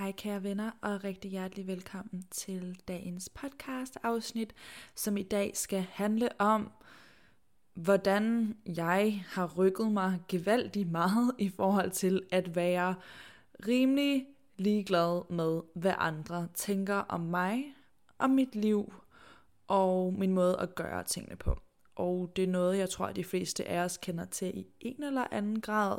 Hej kære venner, og rigtig hjertelig velkommen til dagens podcast afsnit, som i dag skal handle om, hvordan jeg har rykket mig gevaldigt meget i forhold til at være rimelig ligeglad med, hvad andre tænker om mig, om mit liv og min måde at gøre tingene på. Og det er noget, jeg tror, at de fleste af os kender til i en eller anden grad,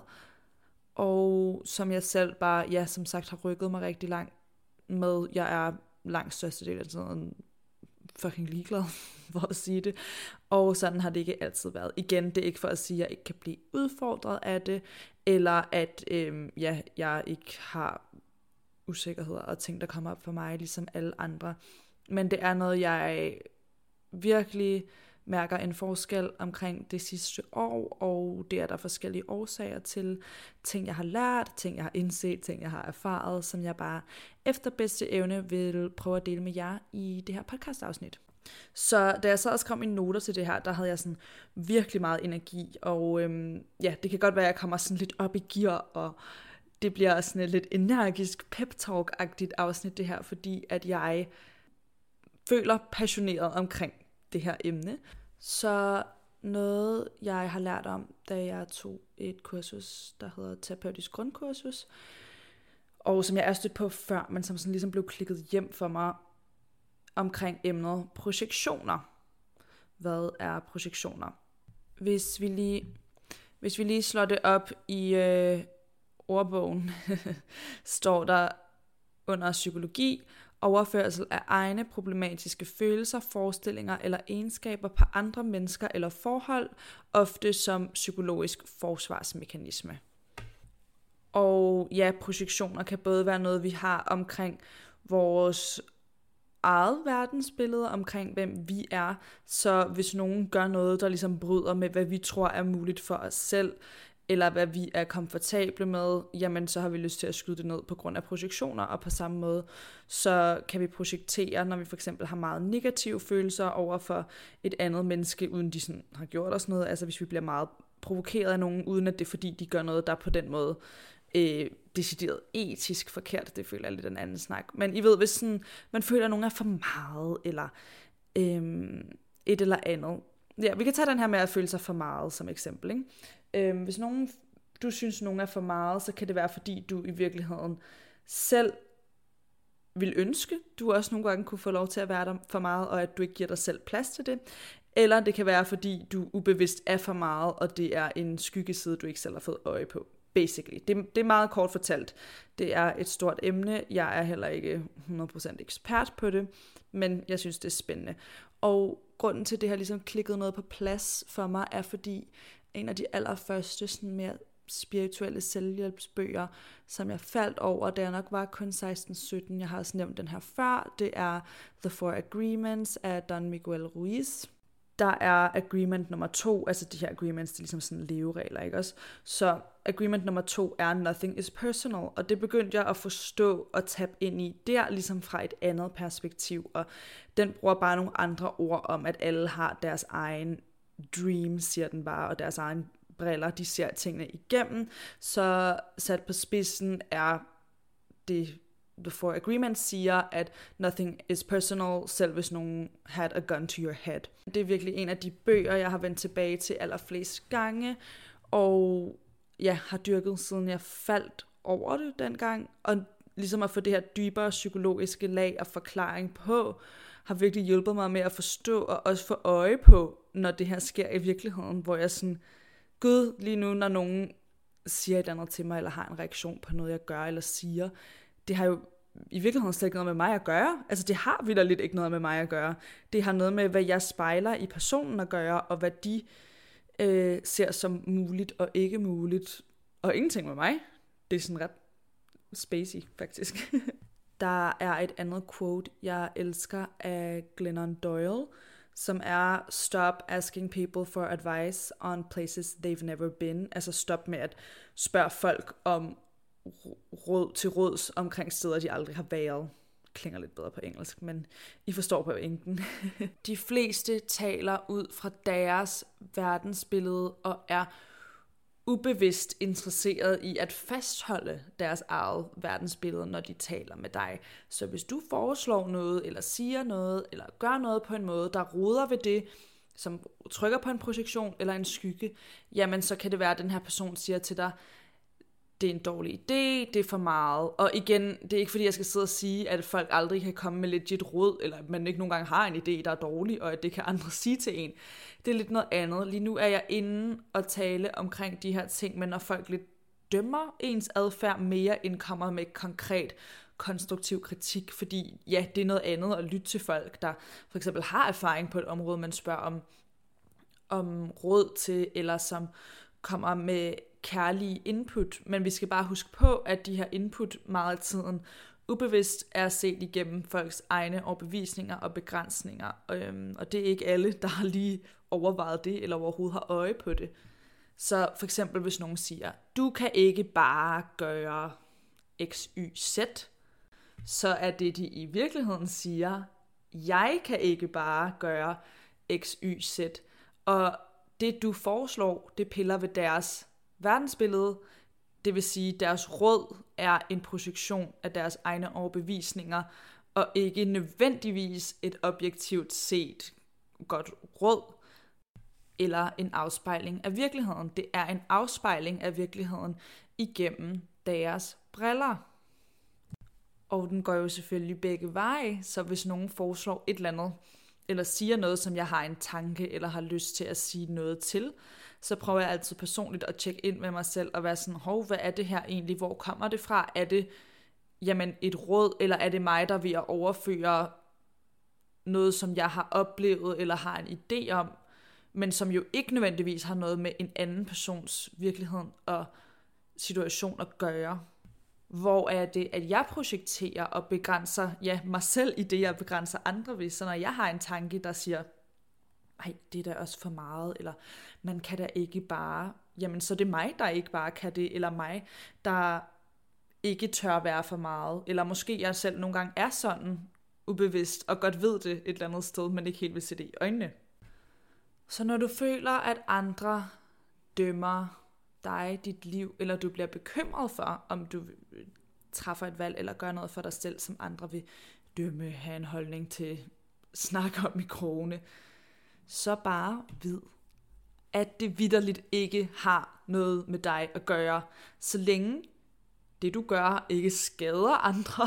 og som jeg selv bare, som sagt, har rykket mig rigtig langt med. Jeg er langt størstedel af sådan fucking ligeglad, for at sige det. Og sådan har det ikke altid været. Igen, det er ikke for at sige, at jeg ikke kan blive udfordret af det, eller at jeg ikke har usikkerheder og ting, der kommer op for mig, ligesom alle andre. Men det er noget, jeg virkelig mærker en forskel omkring det sidste år, og det er der forskellige årsager til. Ting, jeg har lært, ting, jeg har indset, ting, jeg har erfaret, som jeg bare efter bedste evne vil prøve at dele med jer i det her podcastafsnit. Så da jeg sad og skrev mine noter til det her, der havde jeg sådan virkelig meget energi, og det kan godt være, at jeg kommer sådan lidt op i gear, og det bliver sådan et lidt energisk pep-talk-agtigt afsnit det her, fordi at jeg føler passioneret omkring det her emne. Så noget, jeg har lært om, da jeg tog et kursus, der hedder terapeutisk grundkursus, og som jeg er stødt på før, men som sådan ligesom blev klikket hjem for mig omkring emnet projektioner. Hvad er projektioner? Hvis vi lige slår det op i ordbogen, står der under psykologi: overførsel af egne problematiske følelser, forestillinger eller egenskaber på andre mennesker eller forhold, ofte som psykologisk forsvarsmekanisme. Og ja, projektioner kan både være noget, vi har omkring vores eget verdensbillede, omkring hvem vi er. Så hvis nogen gør noget, der ligesom bryder med, hvad vi tror er muligt for os selv, eller hvad vi er komfortable med, jamen så har vi lyst til at skyde det ned på grund af projektioner, og på samme måde, så kan vi projektere, når vi for eksempel har meget negative følelser over for et andet menneske, uden de sådan har gjort os noget, altså hvis vi bliver meget provokeret af nogen, uden at det er fordi, de gør noget, der på den måde decideret etisk forkert, det føler jeg lidt en anden snak, men I ved, hvis sådan, man føler, at nogen er for meget, eller et eller andet. Ja, vi kan tage den her med at føle sig for meget som eksempel, ikke? Hvis du synes, nogen er for meget, så kan det være, fordi du i virkeligheden selv vil ønske, du også nogle gange kunne få lov til at være der for meget, og at du ikke giver dig selv plads til det. Eller det kan være, fordi du ubevidst er for meget, og det er en skyggeside, du ikke selv har fået øje på. Basically. Det er meget kort fortalt. Det er et stort emne. Jeg er heller ikke 100% ekspert på det, men jeg synes, det er spændende. Og grunden til, det har ligesom klikket noget på plads for mig, er fordi en af de allerførste sådan mere spirituelle selvhjælpsbøger, som jeg faldt over, da jeg nok var kun 16-17, jeg har også nævnt den her før, det er The Four Agreements af Don Miguel Ruiz. Der er agreement nummer 2, altså de her agreements, det er ligesom sådan leveregler, ikke også? Så agreement nummer 2 er nothing is personal, og det begyndte jeg at forstå og tabe ind i der, ligesom fra et andet perspektiv, og den bruger bare nogle andre ord om, at alle har deres egen dream, siger den bare, og deres egen briller, de ser tingene igennem, så sat på spidsen er det The Four Agreements siger, at nothing is personal, selv hvis nogen had a gun to your head. Det er virkelig en af de bøger, jeg har vendt tilbage til allerflest gange, og har dyrket, siden jeg faldt over det dengang, og ligesom at få det her dybere psykologiske lag og forklaring på, har virkelig hjulpet mig med at forstå, og også få øje på, når det her sker i virkeligheden, hvor jeg sådan, gud, lige nu, når nogen siger et andet til mig, eller har en reaktion på noget, jeg gør eller siger, det har jo i virkeligheden slet ikke noget med mig at gøre. Altså det har vitterligt ikke noget med mig at gøre. Det har noget med, hvad jeg spejler i personen at gøre, og hvad de ser som muligt og ikke muligt. Og ingenting med mig. Det er sådan ret spacey, faktisk. Der er et andet quote, jeg elsker af Glennon Doyle, som er stop asking people for advice on places they've never been. Altså stop med at spørge folk om råd til råds omkring steder, de aldrig har været. Klinger lidt bedre på engelsk, men I forstår på engelsk. De fleste taler ud fra deres verdensbillede og er ubevidst interesseret i at fastholde deres eget verdensbillede, når de taler med dig. Så hvis du foreslår noget, eller siger noget, eller gør noget på en måde, der roder ved det, som trykker på en projektion eller en skygge, jamen så kan det være, at den her person siger til dig, det er en dårlig idé, det er for meget. Og igen, det er ikke fordi, jeg skal sidde og sige, at folk aldrig kan komme med legit råd, eller at man ikke nogen gange har en idé, der er dårlig, og at det kan andre sige til en. Det er lidt noget andet. Lige nu er jeg inde og tale omkring de her ting, men når folk lidt dømmer ens adfærd mere, end kommer med konkret konstruktiv kritik, fordi ja, det er noget andet at lytte til folk, der for eksempel har erfaring på et område, man spørger om råd til, eller som kommer med kærlige input, men vi skal bare huske på, at de her input meget af tiden ubevidst er set igennem folks egne overbevisninger og begrænsninger, og det er ikke alle, der har lige overvejet det, eller overhovedet har øje på det. Så for eksempel hvis nogen siger, du kan ikke bare gøre x, y, z, så er det, de i virkeligheden siger, jeg kan ikke bare gøre x, y, z, og det du foreslår, det piller ved deres verdensbillede, det vil sige, deres råd er en projektion af deres egne overbevisninger, og ikke nødvendigvis et objektivt set godt råd, eller en afspejling af virkeligheden. Det er en afspejling af virkeligheden igennem deres briller. Og den går jo selvfølgelig begge veje, så hvis nogen foreslår et eller andet, eller siger noget, som jeg har en tanke, eller har lyst til at sige noget til, så prøver jeg altid personligt at tjekke ind med mig selv, og være sådan, hvad er det her egentlig, hvor kommer det fra? Er det et råd, eller er det mig, der vil at overføre noget, som jeg har oplevet, eller har en idé om, men som jo ikke nødvendigvis har noget med en anden persons virkelighed og situation at gøre. Hvor er det, at jeg projekterer og begrænser mig selv i det, jeg begrænser andre ved. Så når jeg har en tanke, der siger, ej, det er da også for meget, eller man kan da ikke bare, jamen så er det mig, der ikke bare kan det, eller mig, der ikke tør være for meget, eller måske jeg selv nogle gange er sådan ubevidst, og godt ved det et eller andet sted, men ikke helt vil se det i øjnene. Så når du føler, at andre dømmer dig, dit liv, eller du bliver bekymret for, om du træffer et valg, eller gør noget for dig selv, som andre vil dømme, have en holdning til, snakke om i krogene, så bare vid, at det vitterligt ikke har noget med dig at gøre, så længe det du gør ikke skader andre,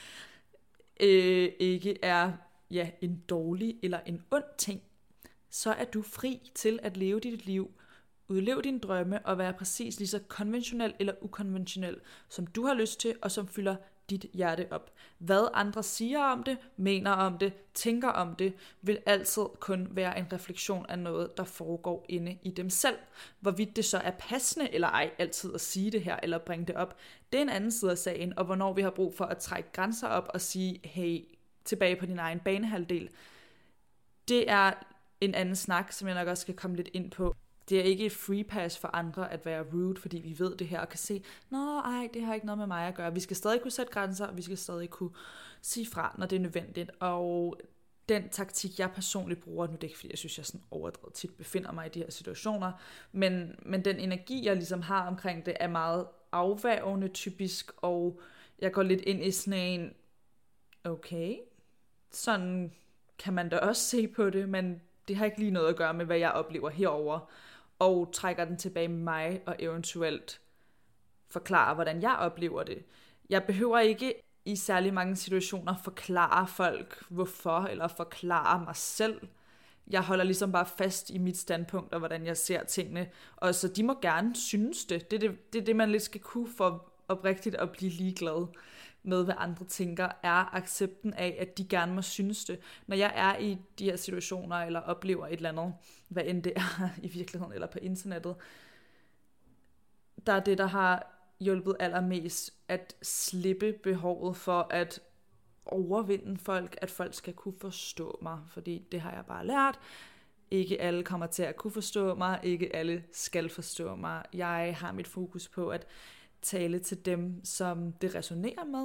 ikke er en dårlig eller en ond ting, så er du fri til at leve dit liv, udleve dine drømme og være præcis lige så konventionel eller ukonventionel, som du har lyst til, og som fylder dit hjerte op. Hvad andre siger om det, mener om det, tænker om det, vil altid kun være en refleksion af noget, der foregår inde i dem selv. Hvorvidt det så er passende eller ej altid at sige det her, eller bringe det op, det er en anden side af sagen, og hvornår vi har brug for at trække grænser op og sige, hey, tilbage på din egen banehalvdel. Det er en anden snak, som jeg nok også skal komme lidt ind på. Det er ikke et free pass for andre at være rude, fordi vi ved det her og kan se, det har ikke noget med mig at gøre. Vi skal stadig kunne sætte grænser, og vi skal stadig kunne sige fra, når det er nødvendigt. Og den taktik, jeg personligt bruger, nu det er ikke fordi, jeg synes, jeg sådan overdrevet tit befinder mig i de her situationer, men den energi, jeg ligesom har omkring det, er meget afværgende typisk, og jeg går lidt ind i sådan en, okay, sådan kan man da også se på det, men det har ikke lige noget at gøre med, hvad jeg oplever herover, og trækker den tilbage med mig, og eventuelt forklare, hvordan jeg oplever det. Jeg behøver ikke i særlig mange situationer forklare folk, hvorfor, eller forklare mig selv. Jeg holder ligesom bare fast i mit standpunkt, og hvordan jeg ser tingene, og så de må gerne synes det. Det er det, man lidt skal kunne for oprigtigt at blive ligeglad med, hvad andre tænker, er accepten af, at de gerne må synes det. Når jeg er i de her situationer, eller oplever et eller andet, hvad end det er i virkeligheden, eller på internettet, der er det, der har hjulpet allermest, at slippe behovet for at overvinde folk, at folk skal kunne forstå mig, fordi det har jeg bare lært. Ikke alle kommer til at kunne forstå mig, ikke alle skal forstå mig. Jeg har mit fokus på at tale til dem, som det resonerer med,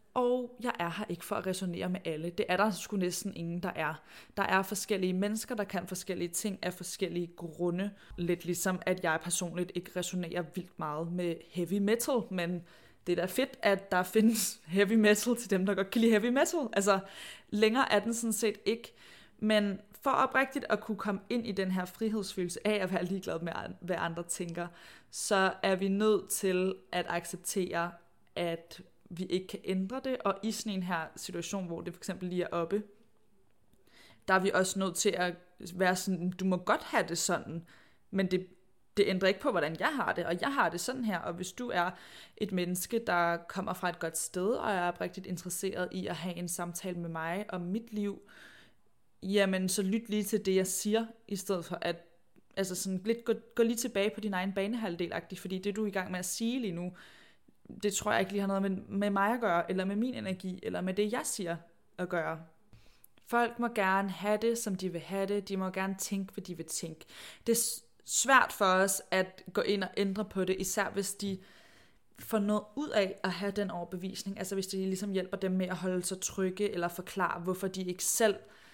Og jeg er her ikke for at resonere med alle. Det er der sgu næsten ingen, der er. Der er forskellige mennesker, der kan forskellige ting af forskellige grunde. Lidt ligesom, at jeg personligt ikke resonerer vildt meget med heavy metal, men det er da fedt, at der findes heavy metal til dem, der godt kan lide heavy metal. Altså, længere er den sådan set ikke. Men for oprigtigt at kunne komme ind i den her frihedsfølelse af at være ligeglad med, hvad andre tænker, så er vi nødt til at acceptere, at vi ikke kan ændre det, og i sådan en her situation, hvor det for eksempel lige er oppe, der er vi også nødt til at være sådan, du må godt have det sådan, men det ændrer ikke på, hvordan jeg har det, og jeg har det sådan her, og hvis du er et menneske, der kommer fra et godt sted, og er rigtig interesseret i at have en samtale med mig om mit liv, jamen så lyt lige til det, jeg siger, i stedet for at altså sådan lidt gå lige tilbage på din egen banehalvdel-agtigt, fordi det, du er i gang med at sige lige nu, det tror jeg ikke lige har noget med mig at gøre, eller med min energi, eller med det, jeg siger at gøre. Folk må gerne have det, som de vil have det. De må gerne tænke, hvad de vil tænke. Det er svært for os at gå ind og ændre på det, især hvis de får noget ud af at have den overbevisning. Altså hvis det ligesom hjælper dem med at holde sig trygge, eller forklare, hvorfor de ikke selv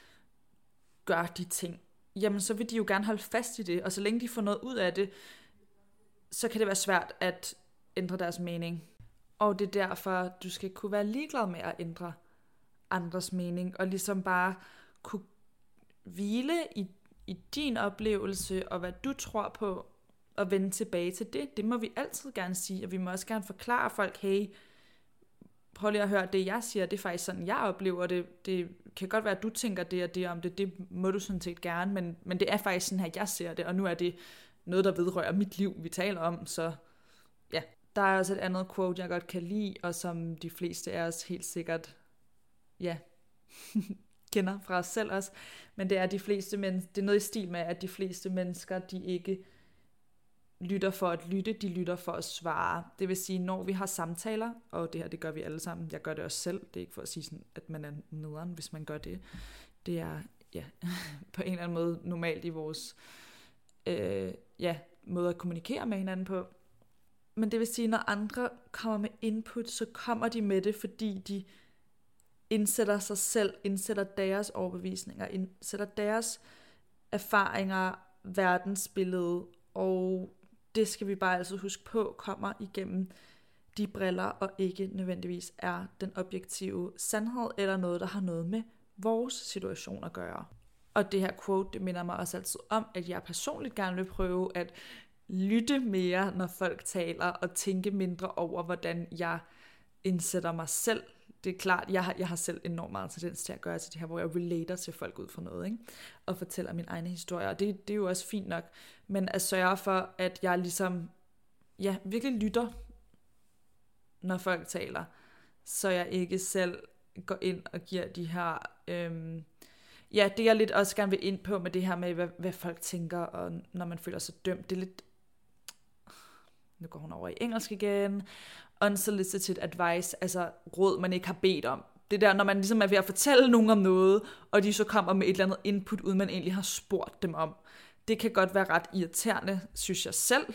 gør de ting. Jamen så vil de jo gerne holde fast i det, og så længe de får noget ud af det, så kan det være svært at ændre deres mening. Og det er derfor, du skal kunne være ligeglad med at ændre andres mening, og ligesom bare kunne hvile i din oplevelse, og hvad du tror på, og vende tilbage til det. Det må vi altid gerne sige, og vi må også gerne forklare folk, hey, prøv lige at høre, det jeg siger, det er faktisk sådan, jeg oplever det. Det kan godt være, at du tænker det og det om det, det må du sådan set gerne, men det er faktisk sådan her, jeg ser det, og nu er det noget, der vedrører mit liv, vi taler om, så ja. Der er også et andet quote, jeg godt kan lide, og som de fleste af os helt sikkert, ja, kender fra os selv også, men det er det er noget i stil med, at de fleste mennesker, de ikke lytter for at lytte, de lytter for at svare. Det vil sige, når vi har samtaler, og det her, det gør vi alle sammen, jeg gør det også selv, det er ikke for at sige sådan, at man er nederen, hvis man gør det. Det er, ja, på en eller anden måde normalt i vores, måde at kommunikere med hinanden på. Men det vil sige, når andre kommer med input, så kommer de med det, fordi de indsætter sig selv, indsætter deres overbevisninger, indsætter deres erfaringer, verdensbillede, og det skal vi bare altid huske på, kommer igennem de briller, og ikke nødvendigvis er den objektive sandhed, eller noget, der har noget med vores situation at gøre. Og det her quote, det minder mig også altid om, at jeg personligt gerne vil prøve at lytte mere, når folk taler, og tænke mindre over, hvordan jeg indsætter mig selv. Det er klart, jeg har selv enormt meget tendens til at gøre til det her, hvor jeg relater til folk ud fra noget, ikke? Og fortæller min egen historie, og det er jo også fint nok, men at sørge for, at jeg ligesom, ja, virkelig lytter, når folk taler, så jeg ikke selv går ind og giver de her, det jeg lidt også gerne vil ind på med det her med, hvad folk tænker, og når man føler sig dømt, det er lidt, nu går hun over i engelsk igen, unsolicited advice, altså råd, man ikke har bedt om. Det der, når man ligesom er ved at fortælle nogen om noget, og de så kommer med et eller andet input, uden man egentlig har spurgt dem om. Det kan godt være ret irriterende, synes jeg selv.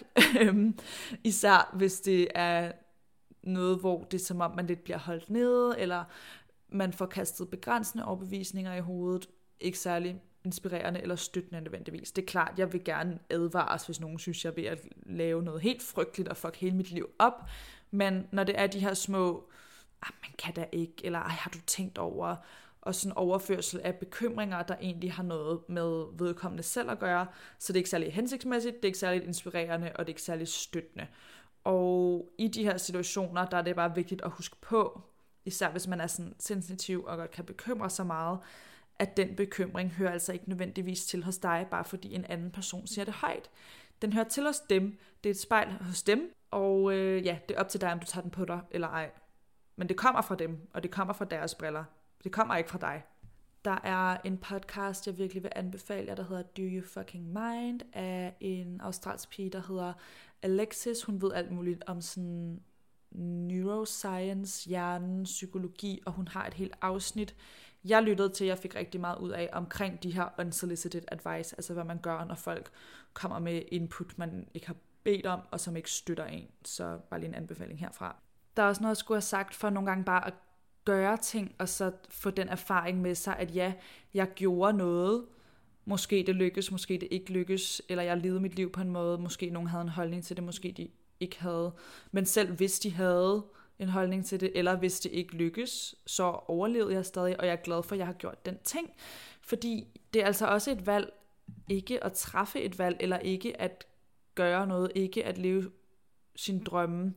Især hvis det er noget, hvor det er som om, man lidt bliver holdt nede, eller man får kastet begrænsende overbevisninger i hovedet. Ikke særlig inspirerende eller støttende nødvendigvis. Det er klart, jeg vil gerne advares, hvis nogen synes, jeg er ved at lave noget helt frygteligt og fuck hele mit liv op. Men når det er de her små, man kan da ikke, eller har du tænkt over, og sådan overførsel af bekymringer, der egentlig har noget med vedkommende selv at gøre, så det er ikke særlig hensigtsmæssigt, det er ikke særlig inspirerende, og det er ikke særlig støttende. Og i de her situationer, der er det bare vigtigt at huske på, især hvis man er sådan sensitiv og godt kan bekymre sig meget, at den bekymring hører altså ikke nødvendigvis til hos dig, bare fordi en anden person siger det højt. Den hører til hos dem, det er et spejl hos dem, og det er op til dig, om du tager den på dig eller ej. Men det kommer fra dem, og det kommer fra deres briller. Det kommer ikke fra dig. Der er en podcast, jeg virkelig vil anbefale jer, der hedder Do You Fucking Mind, af en australsk pige, der hedder Alexis. Hun ved alt muligt om sådan neuroscience, hjernen, psykologi, og hun har et helt afsnit, jeg lyttede til, jeg fik rigtig meget ud af omkring de her unsolicited advice, altså hvad man gør, når folk kommer med input, man ikke har bedt om, og som ikke støtter en. Så bare lige en anbefaling herfra. Der er også noget, jeg skulle have sagt, for nogle gange bare at gøre ting, og så få den erfaring med sig, at ja, jeg gjorde noget, måske det lykkes, måske det ikke lykkes, eller jeg levede mit liv på en måde, måske nogen havde en holdning til det, måske de ikke havde. Men selv hvis de havde en holdning til det, eller hvis det ikke lykkes, så overlevede jeg stadig, og jeg er glad for, at jeg har gjort den ting. Fordi det er altså også et valg, ikke at træffe et valg, eller ikke at gøre noget, ikke at leve sin drømme.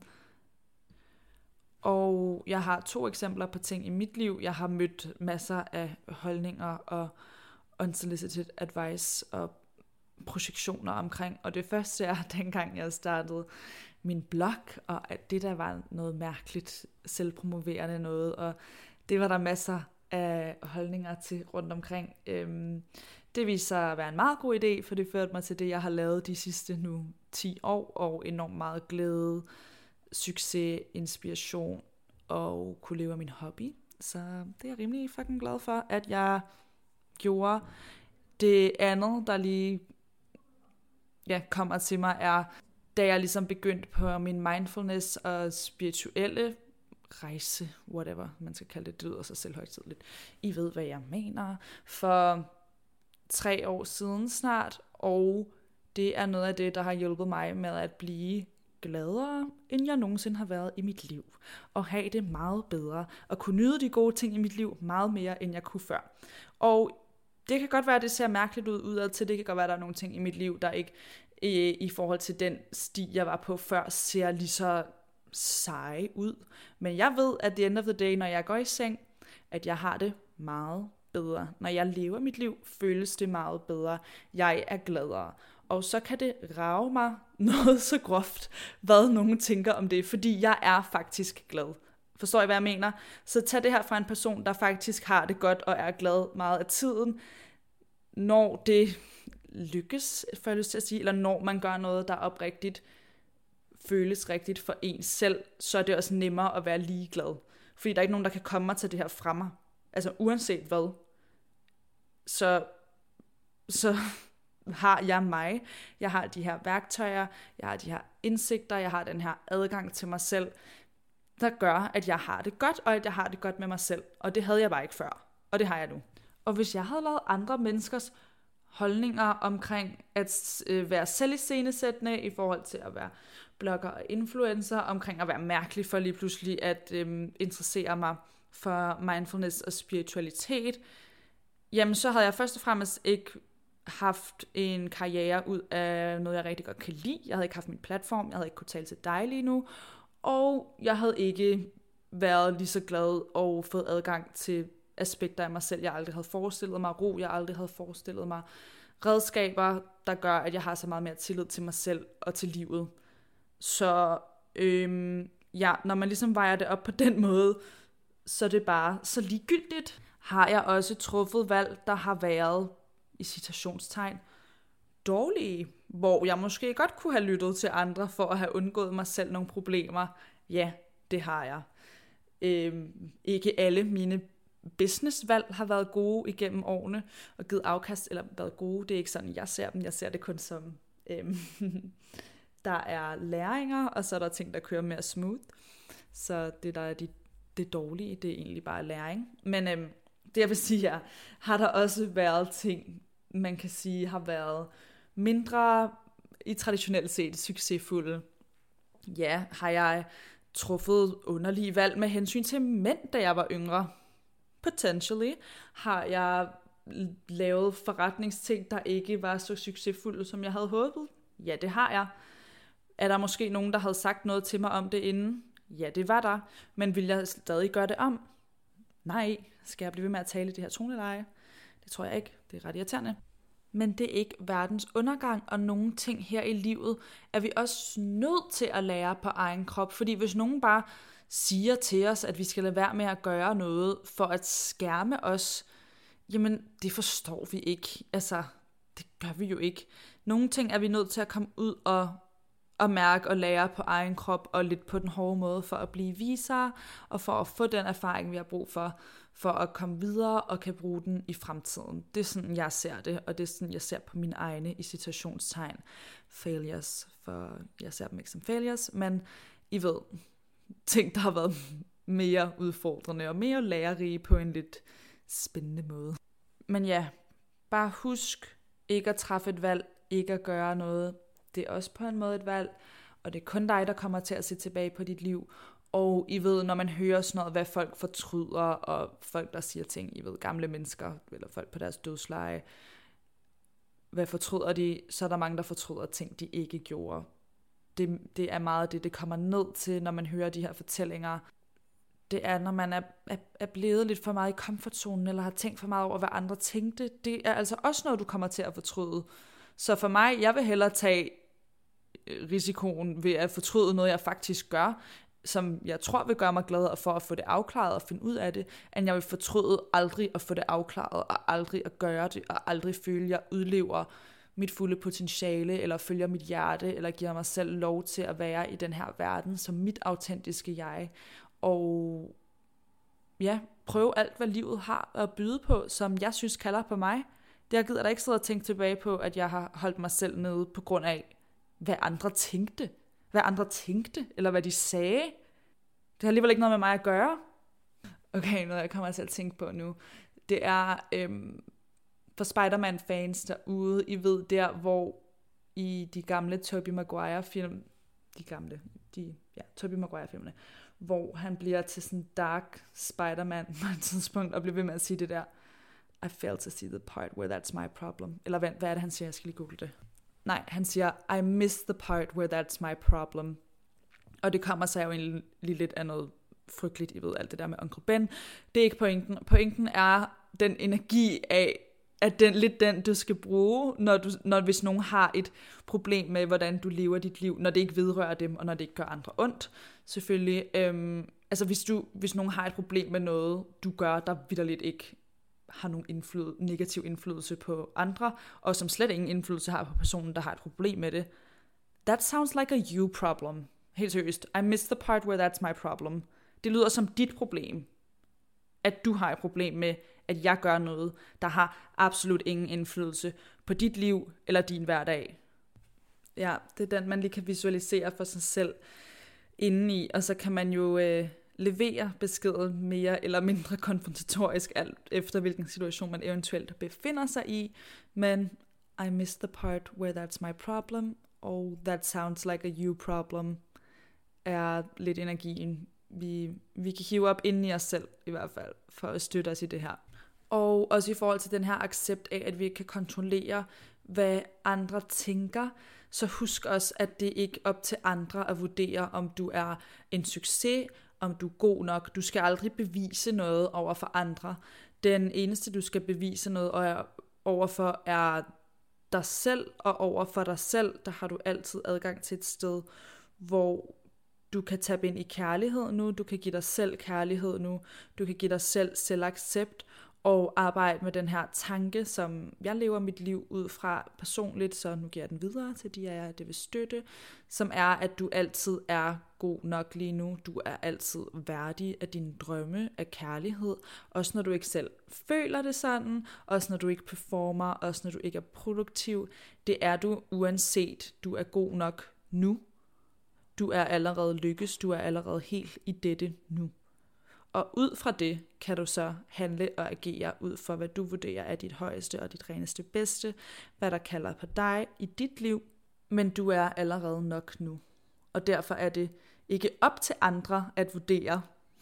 Og jeg har 2 eksempler på ting i mit liv. Jeg har mødt masser af holdninger og unsolicited advice og projektioner omkring. Og det første er, dengang jeg startede min blog, og at det der var noget mærkeligt selvpromoverende noget, og det var der masser af holdninger til rundt omkring. Det viste sig at være en meget god idé, for det førte mig til det, jeg har lavet de sidste nu 10 år, og enormt meget glæde, succes, inspiration og kunne leve af min hobby. Så det er jeg rimelig fucking glad for, at jeg gjorde. Det andet, der lige kommer til mig, er, da jeg ligesom begyndte på min mindfulness og spirituelle rejse, whatever man skal kalde det, det lyder så selvhøjtideligt. I ved, hvad jeg mener. For 3 år siden snart, og det er noget af det, der har hjulpet mig med at blive gladere, end jeg nogensinde har været i mit liv. Og have det meget bedre. Og kunne nyde de gode ting i mit liv meget mere, end jeg kunne før. Og det kan godt være, at det ser mærkeligt ud udad til. Det kan godt være, at der er nogle ting i mit liv, der ikke i forhold til den sti, jeg var på før, ser lige så seje ud. Men jeg ved, at the end of the day, når jeg går i seng, at jeg har det meget bedre. Når jeg lever mit liv, føles det meget bedre. Jeg er gladere. Og så kan det rage mig noget så groft, hvad nogen tænker om det, fordi jeg er faktisk glad. Forstår I, hvad jeg mener? Så tag det her fra en person, der faktisk har det godt og er glad meget af tiden, når det lykkes, får jeg lyst til at sige, eller når man gør noget, der oprigtigt føles rigtigt for en selv, så er det også nemmere at være ligeglad. Fordi der er ikke nogen, der kan komme og tage det her fra mig. Altså uanset hvad. Så har jeg mig. Jeg har de her værktøjer, jeg har de her indsigter, jeg har den her adgang til mig selv, der gør, at jeg har det godt, og at jeg har det godt med mig selv. Og det havde jeg bare ikke før. Og det har jeg nu. Og hvis jeg havde lavet andre menneskers holdninger omkring at være selviscenesættende i forhold til at være blogger og influencer, omkring at være mærkelig for lige pludselig at interessere mig for mindfulness og spiritualitet, jamen så havde jeg først og fremmest ikke haft en karriere ud af noget, jeg rigtig godt kan lide. Jeg havde ikke haft min platform, jeg havde ikke kunnet tale til dig lige nu, og jeg havde ikke været lige så glad og fået adgang til aspekter af mig selv, jeg aldrig havde forestillet mig, ro, jeg aldrig havde forestillet mig, redskaber, der gør, at jeg har så meget mere tillid til mig selv og til livet. Så når man ligesom vejer det op på den måde, så er det bare så ligegyldigt. Har jeg også truffet valg, der har været, i citationstegn, dårlige, hvor jeg måske godt kunne have lyttet til andre for at have undgået mig selv nogle problemer. Ja, det har jeg. Ikke alle mine businessvalg har været gode igennem årene og givet afkast, eller været gode. Det er ikke sådan, jeg ser dem. Jeg ser det kun som, der er læringer, og så er der ting, der kører mere smooth. Så det, der er det dårlige, det er egentlig bare læring. Men det jeg vil sige er, har der også været ting, man kan sige, har været mindre i traditionelt set succesfulde. Ja, har jeg truffet underlige valg med hensyn til mænd, da jeg var yngre? Potentially. Har jeg lavet forretningsting, der ikke var så succesfulde, som jeg havde håbet? Ja, det har jeg. Er der måske nogen, der havde sagt noget til mig om det inden? Ja, det var der. Men vil jeg stadig gøre det om? Nej. Skal jeg blive ved med at tale i det her toneleje? Det tror jeg ikke. Det er ret irriterende. Men det er ikke verdens undergang, og nogle ting her i livet er vi også nødt til at lære på egen krop. Fordi hvis nogen bare siger til os, at vi skal lade være med at gøre noget for at skærme os, jamen det forstår vi ikke. Altså, det gør vi jo ikke. Nogle ting er vi nødt til at komme ud og mærke og lære på egen krop, og lidt på den hårde måde, for at blive visere, og for at få den erfaring, vi har brug for at komme videre, og kan bruge den i fremtiden. Det er sådan, jeg ser det, og det er sådan, jeg ser på mine egne, i citationstegn, failures, for jeg ser dem ikke som failures, men I ved, ting, der har været mere udfordrende og mere lærerige på en lidt spændende måde. Men ja, bare husk ikke at træffe et valg, ikke at gøre noget. Det er også på en måde et valg, og det er kun dig, der kommer til at se tilbage på dit liv. Og I ved, når man hører sådan noget, hvad folk fortryder, og folk, der siger ting, I ved, gamle mennesker, eller folk på deres dødsleje, hvad fortryder de, så er der mange, der fortryder ting, de ikke gjorde. Det er meget det kommer ned til, når man hører de her fortællinger. Det er, når man er blevet lidt for meget i komfortzonen, eller har tænkt for meget over, hvad andre tænkte. Det er altså også noget, du kommer til at fortryde. Så for mig, jeg vil hellere tage risikoen ved at fortryde noget, jeg faktisk gør, som jeg tror vil gøre mig glad og for at få det afklaret og finde ud af det, end jeg vil fortryde aldrig at få det afklaret, og aldrig at gøre det, og aldrig føle, at jeg udlever mit fulde potentiale, eller følger mit hjerte, eller giver mig selv lov til at være i den her verden som mit autentiske jeg. Og ja, prøve alt, hvad livet har at byde på, som jeg synes kalder på mig. Det jeg gider da ikke sidde og tænke tilbage på, at jeg har holdt mig selv nede på grund af, hvad andre tænkte. Hvad andre tænkte, eller hvad de sagde. Det har alligevel ikke noget med mig at gøre. Okay, noget jeg kommer til at tænke på nu. Det er for Spider-Man-fans derude, I ved der, hvor i de gamle Tobey Maguire-film, Tobey Maguire-filmene, hvor han bliver til sådan dark Spider-Man på et tidspunkt, og bliver ved med at sige det der, I failed to see the part where that's my problem. Eller hvad er det, han siger? Jeg skal lige google det. Nej, han siger, I miss the part where that's my problem. Og det kommer sig jo egentlig lidt af noget frygteligt, I ved, alt det der med Onkel Ben. Det er ikke pointen. Pointen er den energi af, at den du skal bruge, hvis nogen har et problem med, hvordan du lever dit liv, når det ikke vedrører dem, og når det ikke gør andre ondt, selvfølgelig. Hvis nogen har et problem med noget, du gør, der vitterligt ikke har nogen negativ indflydelse på andre, og som slet ingen indflydelse har på personen, der har et problem med det. That sounds like a you problem. Helt seriøst. I miss the part where that's my problem. Det lyder som dit problem, at du har et problem med, at jeg gør noget, der har absolut ingen indflydelse på dit liv eller din hverdag. Ja, det er den, man lige kan visualisere for sig selv indeni, og så kan man jo levere beskeden mere eller mindre konfrontatorisk, alt efter hvilken situation man eventuelt befinder sig i. Men I miss the part where that's my problem, og that sounds like a you problem, er lidt energien, vi kan hive op inden i os selv, i hvert fald, for at støtte os i det her. Og også i forhold til den her accept af, at vi ikke kan kontrollere, hvad andre tænker, så husk også, at det ikke er op til andre at vurdere, om du er en succes, om du er god nok. Du skal aldrig bevise noget over for andre. Den eneste, du skal bevise noget overfor, er dig selv, og overfor dig selv, der har du altid adgang til et sted, hvor du kan tabe ind i kærlighed nu, du kan give dig selv kærlighed nu, du kan give dig selv selvaccept, og arbejde med den her tanke, som jeg lever mit liv ud fra personligt, så nu giver jeg den videre til de af jer, det vil støtte, som er, at du altid er god nok lige nu. Du er altid værdig af dine drømme, af kærlighed, også når du ikke selv føler det sådan, også når du ikke performer, også når du ikke er produktiv. Det er du uanset, du er god nok nu. Du er allerede lykkes, du er allerede helt i dette nu. Og ud fra det kan du så handle og agere ud for, hvad du vurderer er dit højeste og dit reneste bedste, hvad der kalder på dig i dit liv, men du er allerede nok nu. Og derfor er det ikke op til andre at vurdere,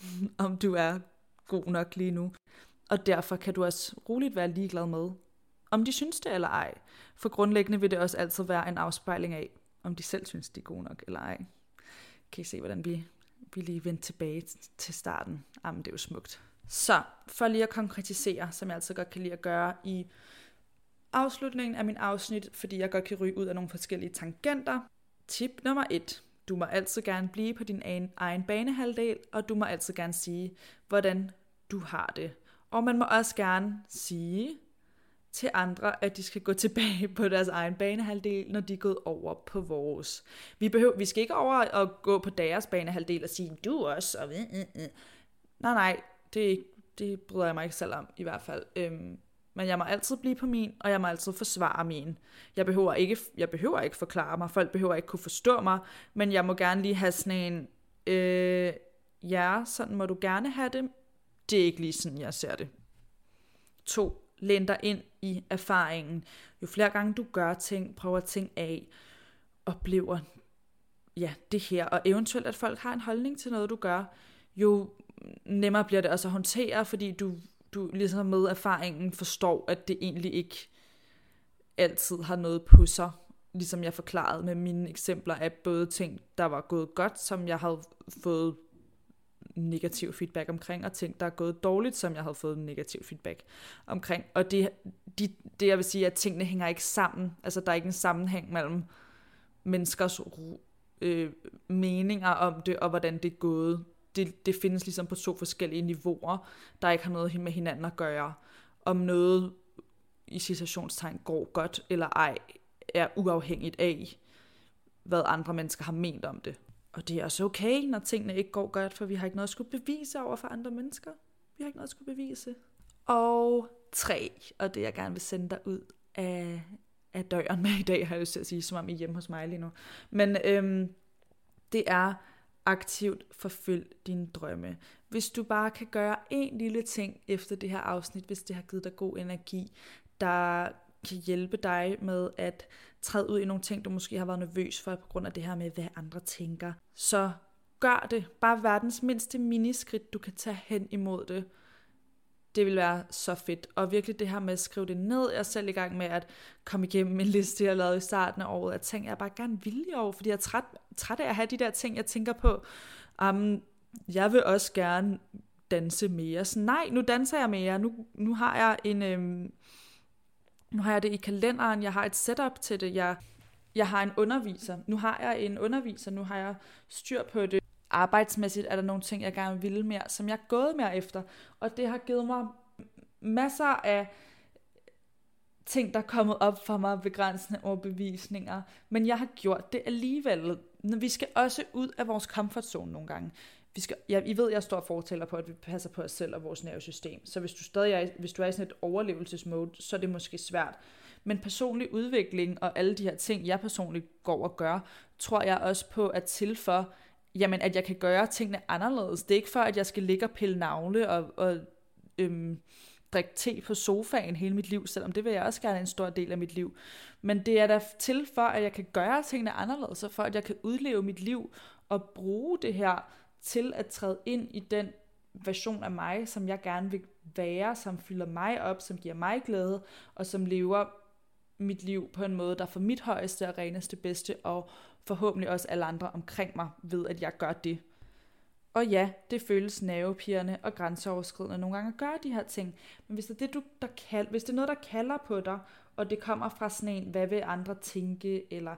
om du er god nok lige nu. Og derfor kan du også roligt være ligeglad med, om de synes det eller ej. For grundlæggende vil det også altid være en afspejling af, om de selv synes, de er gode nok eller ej. Kan I se, hvordan vi lige vendte tilbage til starten? Jamen, det er jo smukt. Så, for lige at konkretisere, som jeg altid godt kan lide at gøre i afslutningen af min afsnit, fordi jeg godt kan ryge ud af nogle forskellige tangenter. Tip nummer 1. Du må altid gerne blive på din egen banehalvdel, og du må altid gerne sige, hvordan du har det. Og man må også gerne sige til andre, at de skal gå tilbage på deres egen banehalvdel, når de er gået over på vores. Vi skal ikke over og gå på deres banehalvdel og sige, du også, og Nej, det bryder jeg mig ikke selv om, i hvert fald. Men jeg må altid blive på min, og jeg må altid forsvare min. Jeg behøver ikke forklare mig, folk behøver ikke kunne forstå mig, men jeg må gerne lige have sådan en, ja, sådan må du gerne have det. Det er ikke lige sådan, jeg ser det. 2. Læn dig ind i erfaringen. Jo flere gange du gør ting, prøver ting af, oplever det her, og eventuelt at folk har en holdning til noget, du gør, jo nemmere bliver det også at håndtere, fordi du ligesom med erfaringen forstår, at det egentlig ikke altid har noget på sig, ligesom jeg forklarede med mine eksempler af både ting, der var gået godt, som jeg havde fået negativ feedback omkring, og ting, der er gået dårligt, som jeg havde fået negativ feedback omkring. Og det jeg vil sige, at tingene hænger ikke sammen. Altså, der er ikke en sammenhæng mellem menneskers meninger om det, og hvordan det er gået. Det findes ligesom på 2 forskellige niveauer, der ikke har noget med hinanden at gøre. Om noget i citationstegn går godt eller ej, er uafhængigt af, hvad andre mennesker har ment om det. Og det er også okay, når tingene ikke går godt, for vi har ikke noget at skulle bevise over for andre mennesker. Vi har ikke noget at skulle bevise. Og 3, og det jeg gerne vil sende dig ud af døren med i dag, har jeg lyst til at sige, som om I er hjemme hos mig lige nu. Men det er aktivt forfølg dine drømme. Hvis du bare kan gøre en lille ting efter det her afsnit, hvis det har givet dig god energi, der kan hjælpe dig med at træde ud i nogle ting, du måske har været nervøs for, på grund af det her med, hvad andre tænker, så gør det. Bare verdens mindste miniskridt, du kan tage hen imod det. Det vil være så fedt. Og virkelig det her med at skrive det ned. Jeg er selv i gang med at komme igennem en liste, jeg lavede i starten af året. Jeg tænker, jeg bare gerne vil i år, fordi jeg er træt af at have de der ting, jeg tænker på. Jeg vil også gerne danse mere. Så nej, nu danser jeg mere. Nu har jeg nu har jeg det i kalenderen. Jeg har et setup til det. Jeg har en underviser. Nu har jeg styr på det. Arbejdsmæssigt er der nogle ting, jeg gerne vil mere, som jeg er gået mere efter. Og det har givet mig masser af ting, der er kommet op for mig, begrænsende overbevisninger. Men jeg har gjort det alligevel. Vi skal også ud af vores comfort zone nogle gange. I ved, jeg står fortæller på, at vi passer på os selv og vores nervesystem. Så hvis du er i sådan et overlevelsesmode, så er det måske svært. Men personlig udvikling og alle de her ting, jeg personligt går og gør, tror jeg også på at tilføre, jamen, at jeg kan gøre tingene anderledes. Det er ikke for, at jeg skal ligge og pille navle og drikke te på sofaen hele mit liv, selvom det vil jeg også gerne en stor del af mit liv. Men det er der til for, at jeg kan gøre tingene anderledes, og for at jeg kan udleve mit liv og bruge det her til at træde ind i den version af mig, som jeg gerne vil være, som fylder mig op, som giver mig glæde, og som lever mit liv på en måde, der for mit højeste og reneste bedste, og forhåbentlig også alle andre omkring mig ved, at jeg gør det. Og ja, det føles nervepirrende og grænseoverskridende nogle gange at gøre de her ting. Men hvis det er, hvis det er noget, der kalder på dig, og det kommer fra sådan en, hvad vil andre tænke, eller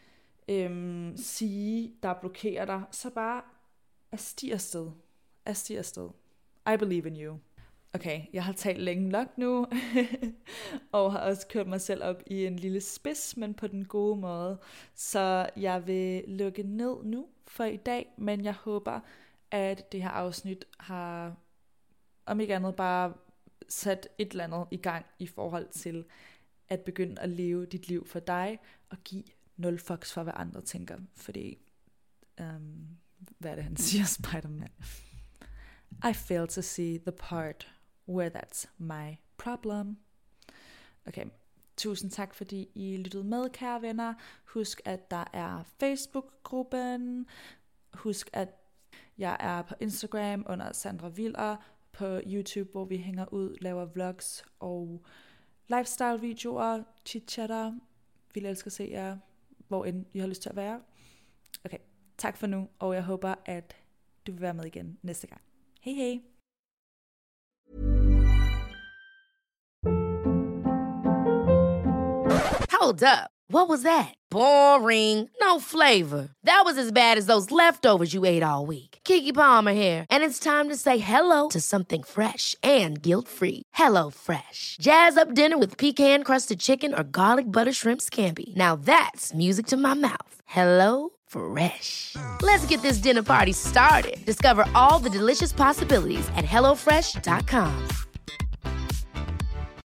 sige, der blokerer dig, så bare afstig afsted. I believe in you. Okay, jeg har talt længe nok nu, og har også kørt mig selv op i en lille spids, men på den gode måde. Så jeg vil lukke ned nu for i dag, men jeg håber, at det her afsnit har, om ikke andet, bare sat et eller andet i gang i forhold til at begynde at leve dit liv for dig, og give 0 fucks for, hvad andre tænker. Fordi, hvad er det, han siger, Spider-Man? I fail to see the part where that's my problem. Okay, tusind tak, fordi I lyttede med, kære venner. Husk, at der er Facebook-gruppen. Husk, at jeg er på Instagram under Sandra Viller, på YouTube, hvor vi hænger ud, laver vlogs og lifestyle-videoer, chit-chatter. Vi elsker at se jer, hvor end I har lyst til at være. Okay, tak for nu, og jeg håber, at du vil være med igen næste gang. Hej hej! Hold up. What was that? Boring. No flavor. That was as bad as those leftovers you ate all week. Keke Palmer here, and it's time to say hello to something fresh and guilt-free. Hello Fresh. Jazz up dinner with pecan-crusted chicken or garlic butter shrimp scampi. Now that's music to my mouth. Hello Fresh. Let's get this dinner party started. Discover all the delicious possibilities at HelloFresh.com.